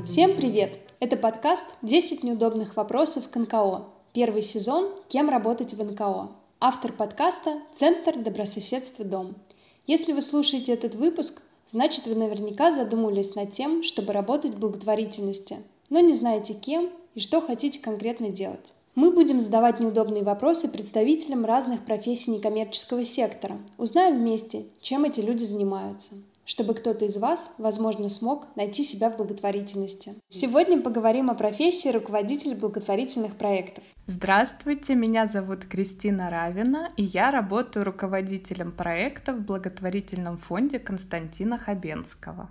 Всем привет! Это подкаст «10 неудобных вопросов к НКО». Первый сезон «Кем работать в НКО?». Автор подкаста – Центр добрососедства «Дом». Если вы слушаете этот выпуск, значит, вы наверняка задумывались над тем, чтобы работать в благотворительности, но не знаете кем и что хотите конкретно делать. Мы будем задавать неудобные вопросы представителям разных профессий некоммерческого сектора. Узнаем вместе, чем эти люди занимаются, чтобы кто-то из вас, возможно, смог найти себя в благотворительности. Сегодня поговорим о профессии руководителя благотворительных проектов. Здравствуйте, меня зовут Кристина Равина, и я работаю руководителем проекта в благотворительном фонде Константина Хабенского.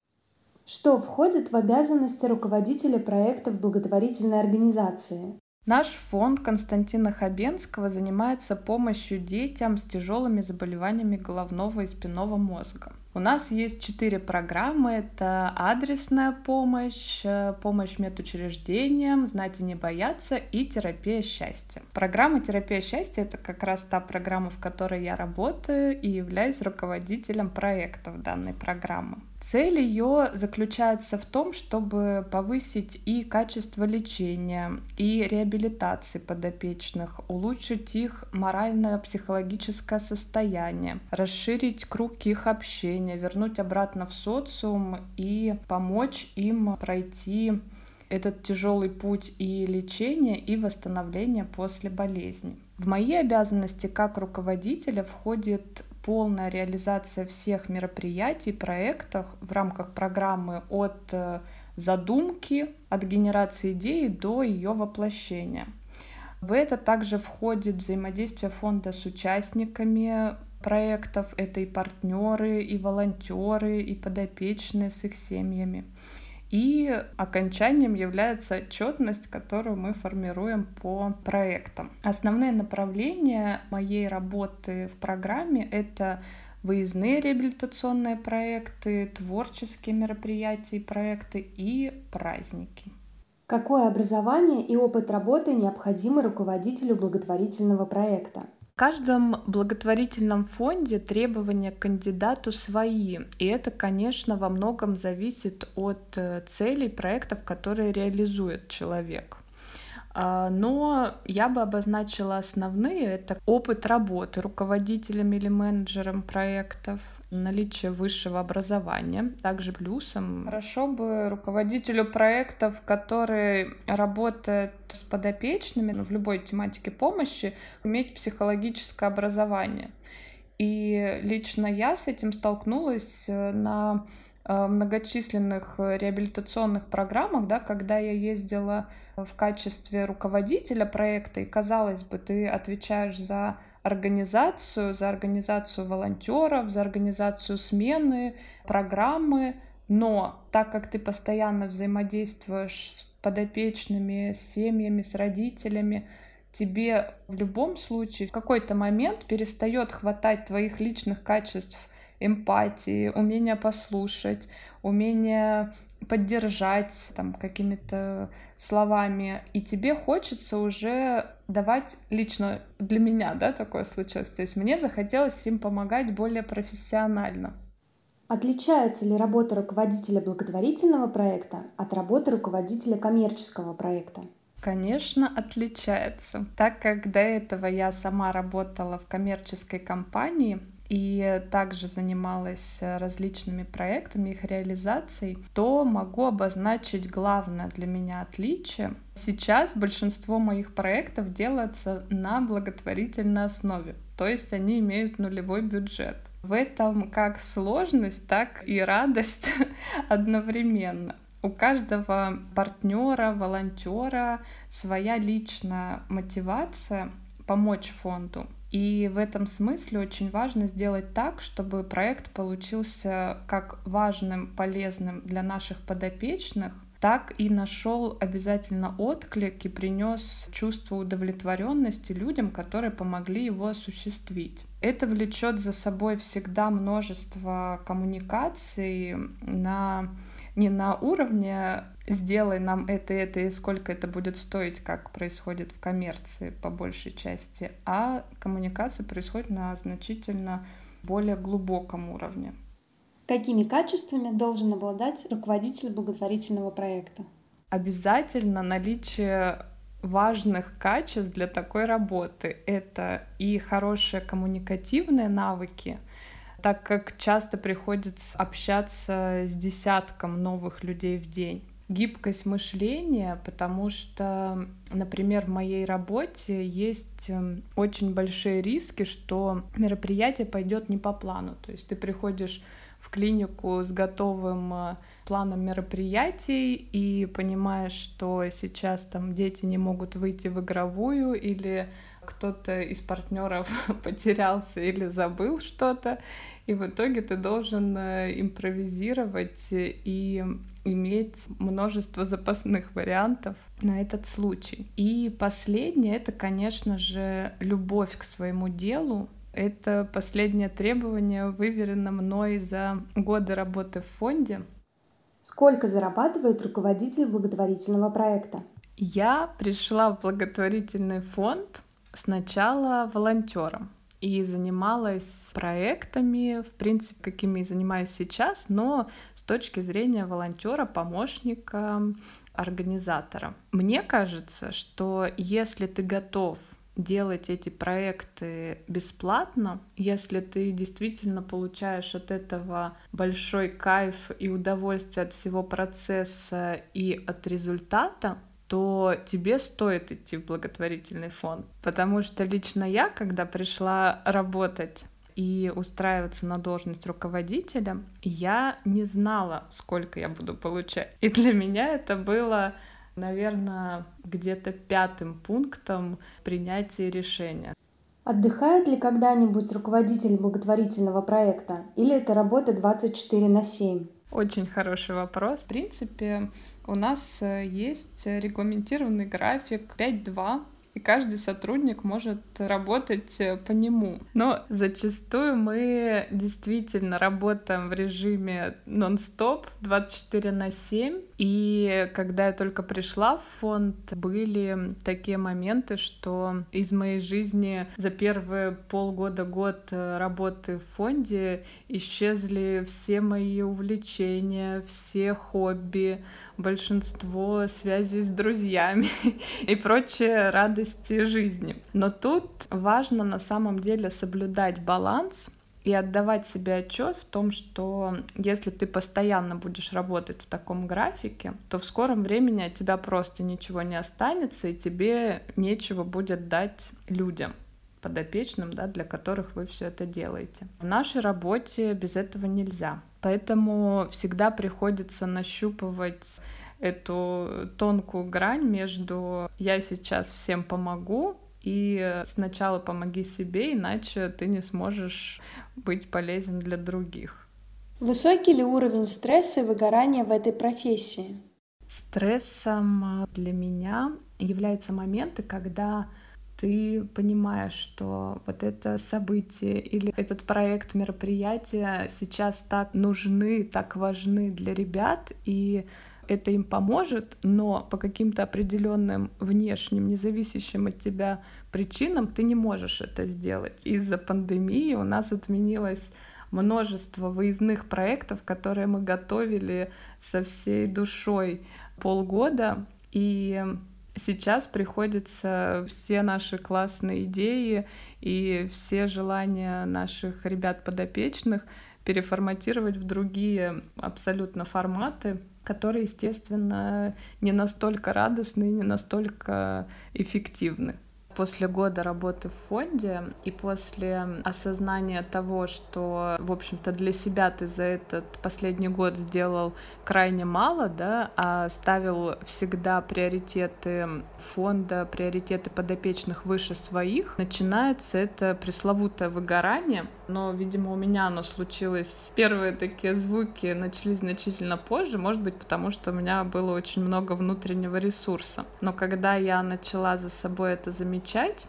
Что входит в обязанности руководителя проекта в благотворительной организации? Наш фонд Константина Хабенского занимается помощью детям с тяжелыми заболеваниями головного и спинного мозга. У нас есть 4 программы. Это адресная помощь, помощь медучреждениям, знать и не бояться и терапия счастья. Программа терапия счастья — это как раз та программа, в которой я работаю и являюсь руководителем проектов данной программы. Цель ее заключается в том, чтобы повысить и качество лечения, и реабилитации подопечных, улучшить их морально-психологическое состояние, расширить круг их общения, вернуть обратно в социум и помочь им пройти этот тяжелый путь и лечения, и восстановления после болезни. В мои обязанности как руководителя входит полная реализация всех мероприятий, проектов в рамках программы от задумки, от генерации идеи до ее воплощения. В это также входит взаимодействие фонда с участниками проектов, это и партнеры, и волонтеры, и подопечные с их семьями. И окончанием является отчетность, которую мы формируем по проектам. Основные направления моей работы в программе — это выездные реабилитационные проекты, творческие мероприятия и проекты и праздники. Какое образование и опыт работы необходимы руководителю благотворительного проекта? В каждом благотворительном фонде требования к кандидату свои, и это, конечно, во многом зависит от целей проектов, которые реализует человек. Но я бы обозначила основные. Это опыт работы руководителем или менеджером проектов, наличие высшего образования. Также плюсом хорошо бы руководителю проектов, который работает с подопечными в любой тематике помощи, иметь психологическое образование. И лично я с этим столкнулась на многочисленных реабилитационных программах, да, когда я ездила в качестве руководителя проекта, и, казалось бы, ты отвечаешь за организацию волонтеров, за организацию смены, программы, но так как ты постоянно взаимодействуешь с подопечными, с семьями, с родителями, тебе в любом случае в какой-то момент перестает хватать твоих личных качеств, эмпатии, умение послушать, умение поддержать какими-то словами, и тебе хочется уже давать, лично для меня, такое случилось, то есть мне захотелось им помогать более профессионально. Отличается ли работа руководителя благотворительного проекта от работы руководителя коммерческого проекта? Конечно, отличается. Так как до этого я сама работала в коммерческой компании и также занималась различными проектами, их реализацией, то могу обозначить главное для меня отличие. Сейчас большинство моих проектов делается на благотворительной основе, то есть они имеют нулевой бюджет. В этом как сложность, так и радость одновременно. У каждого партнера, волонтера своя личная мотивация помочь фонду. И в этом смысле очень важно сделать так, чтобы проект получился как важным, полезным для наших подопечных, так и нашел обязательно отклик и принес чувство удовлетворенности людям, которые помогли его осуществить. Это влечет за собой всегда множество коммуникаций не на уровне «сделай нам это и сколько это будет стоить», как происходит в коммерции по большей части, а коммуникация происходит на значительно более глубоком уровне. Какими качествами должен обладать руководитель благотворительного проекта? Обязательно наличие важных качеств для такой работы. Это и хорошие коммуникативные навыки, так как часто приходится общаться с десятком новых людей в день. Гибкость мышления, потому что, например, в моей работе есть очень большие риски, что мероприятие пойдет не по плану. То есть ты приходишь в клинику с готовым планом мероприятий и понимаешь, что сейчас там дети не могут выйти в игровую, или кто-то из партнеров потерялся или забыл что-то, и в итоге ты должен импровизировать и иметь множество запасных вариантов на этот случай. И последнее — это, конечно же, любовь к своему делу. Это последнее требование выверено мной за годы работы в фонде. Сколько зарабатывает руководитель благотворительного проекта? Я пришла в благотворительный фонд сначала волонтером и занималась проектами, в принципе, какими и занимаюсь сейчас, но с точки зрения волонтера, помощника, организатора. Мне кажется, что если ты готов делать эти проекты бесплатно, если ты действительно получаешь от этого большой кайф и удовольствие от всего процесса и от результата, то тебе стоит идти в благотворительный фонд. Потому что лично я, когда пришла работать и устраиваться на должность руководителя, я не знала, сколько я буду получать. И для меня это было, наверное, где-то 5-м пунктом принятия решения. Отдыхает ли когда-нибудь руководитель благотворительного проекта, или это работа 24/7? Очень хороший вопрос. В принципе, у нас есть регламентированный график 5-2, и каждый сотрудник может работать по нему. Но зачастую мы действительно работаем в режиме нон-стоп 24/7. И когда я только пришла в фонд, были такие моменты, что из моей жизни за первые полгода-год работы в фонде исчезли все мои увлечения, все хобби, большинство связей с друзьями и прочие радости жизни. Но тут важно на самом деле соблюдать баланс и отдавать себе отчет в том, что если ты постоянно будешь работать в таком графике, то в скором времени от тебя просто ничего не останется, и тебе нечего будет дать людям, подопечным, да, для которых вы все это делаете. В нашей работе без этого нельзя. Поэтому всегда приходится нащупывать эту тонкую грань между «я сейчас всем помогу» и «сначала помоги себе, иначе ты не сможешь быть полезен для других». Высокий ли уровень стресса и выгорания в этой профессии? Стрессом для меня являются моменты, когда ты понимаешь, что вот это событие или этот проект, мероприятие сейчас так нужны, так важны для ребят, и это им поможет, но по каким-то определенным внешним, независящим от тебя причинам ты не можешь это сделать. Из-за пандемии у нас отменилось множество выездных проектов, которые мы готовили со всей душой полгода, и сейчас приходится все наши классные идеи и все желания наших ребят подопечных переформатировать в другие абсолютно форматы, которые, естественно, не настолько радостны, не настолько эффективны. После года работы в фонде и после осознания того, что, в общем-то, для себя ты за этот последний год сделал крайне мало, да, а ставил всегда приоритеты фонда, приоритеты подопечных выше своих, начинается это пресловутое выгорание. Но, видимо, у меня оно случилось. Первые такие звуки начались значительно позже, может быть, потому что у меня было очень много внутреннего ресурса. Но когда я начала за собой это замечать,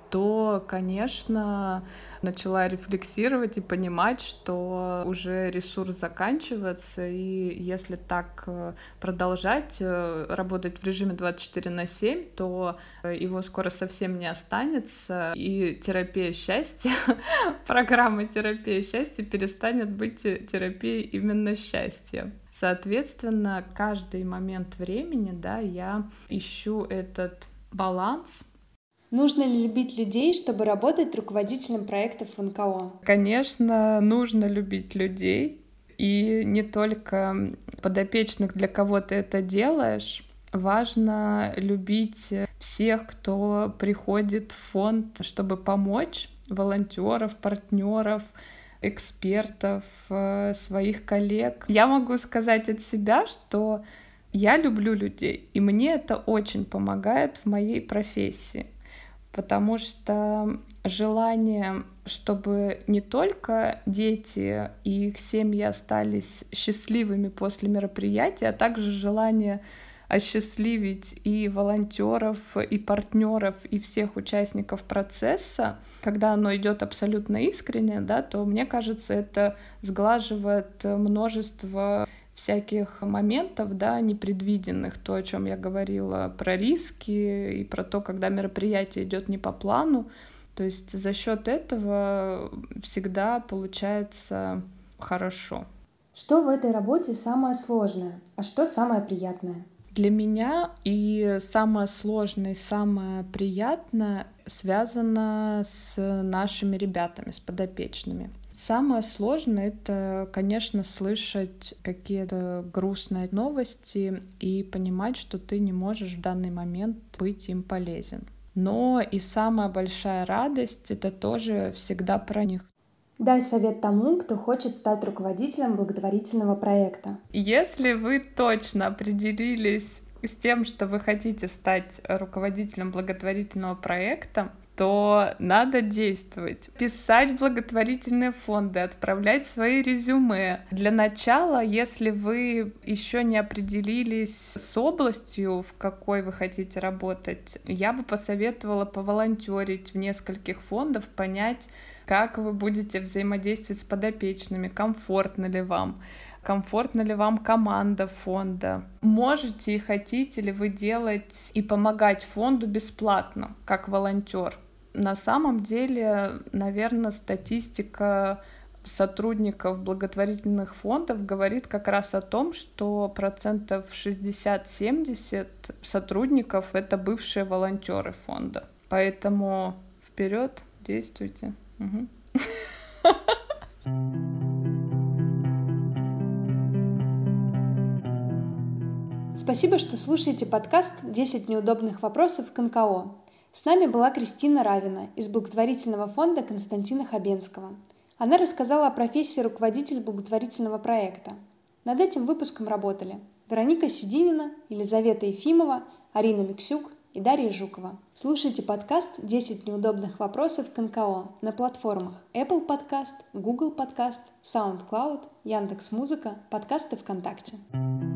то, конечно, начала рефлексировать и понимать, что уже ресурс заканчивается, и если так продолжать работать в режиме 24/7, то его скоро совсем не останется, и терапия счастья, программа терапии счастья перестанет быть терапией именно счастья. Соответственно, каждый момент времени, да, я ищу этот баланс. Нужно ли любить людей, чтобы работать руководителем проектов в НКО? Конечно, нужно любить людей, и не только подопечных, для кого ты это делаешь. Важно любить всех, кто приходит в фонд, чтобы помочь, волонтеров, партнеров, экспертов, своих коллег. Я могу сказать от себя, что я люблю людей, и мне это очень помогает в моей профессии, потому что желание, чтобы не только дети и их семьи остались счастливыми после мероприятия, а также желание осчастливить и волонтеров, и партнеров, и всех участников процесса, когда оно идет абсолютно искренне, да, то мне кажется, это сглаживает множество всяких моментов, да, непредвиденных, то, о чем я говорила, про риски и про то, когда мероприятие идет не по плану. То есть за счет этого всегда получается хорошо. Что в этой работе самое сложное, а что самое приятное? Для меня и самое сложное, и самое приятное связано с нашими ребятами, с подопечными. Самое сложное — это, конечно, слышать какие-то грустные новости и понимать, что ты не можешь в данный момент быть им полезен. Но и самая большая радость — это тоже всегда про них. Дай совет тому, кто хочет стать руководителем благотворительного проекта. Если вы точно определились с тем, что вы хотите стать руководителем благотворительного проекта, то надо действовать, писать в благотворительные фонды, отправлять свои резюме. Для начала, если вы еще не определились с областью, в какой вы хотите работать, я бы посоветовала поволонтерить в нескольких фондах, понять, как вы будете взаимодействовать с подопечными, комфортно ли вам команда фонда. Можете и хотите ли вы делать и помогать фонду бесплатно, как волонтер. На самом деле, наверное, статистика сотрудников благотворительных фондов говорит как раз о том, что 60-70% сотрудников — это бывшие волонтеры фонда. Поэтому вперед, действуйте. Угу. Спасибо, что слушаете подкаст «10 неудобных вопросов к НКО». С нами была Кристина Равина из благотворительного фонда Константина Хабенского. Она рассказала о профессии руководитель благотворительного проекта. Над этим выпуском работали Вероника Сединина, Елизавета Ефимова, Арина Миксюк и Дарья Жукова. Слушайте подкаст «10 неудобных вопросов к НКО» на платформах Apple Podcast, Google Podcast, SoundCloud, Яндекс.Музыка, подкасты ВКонтакте.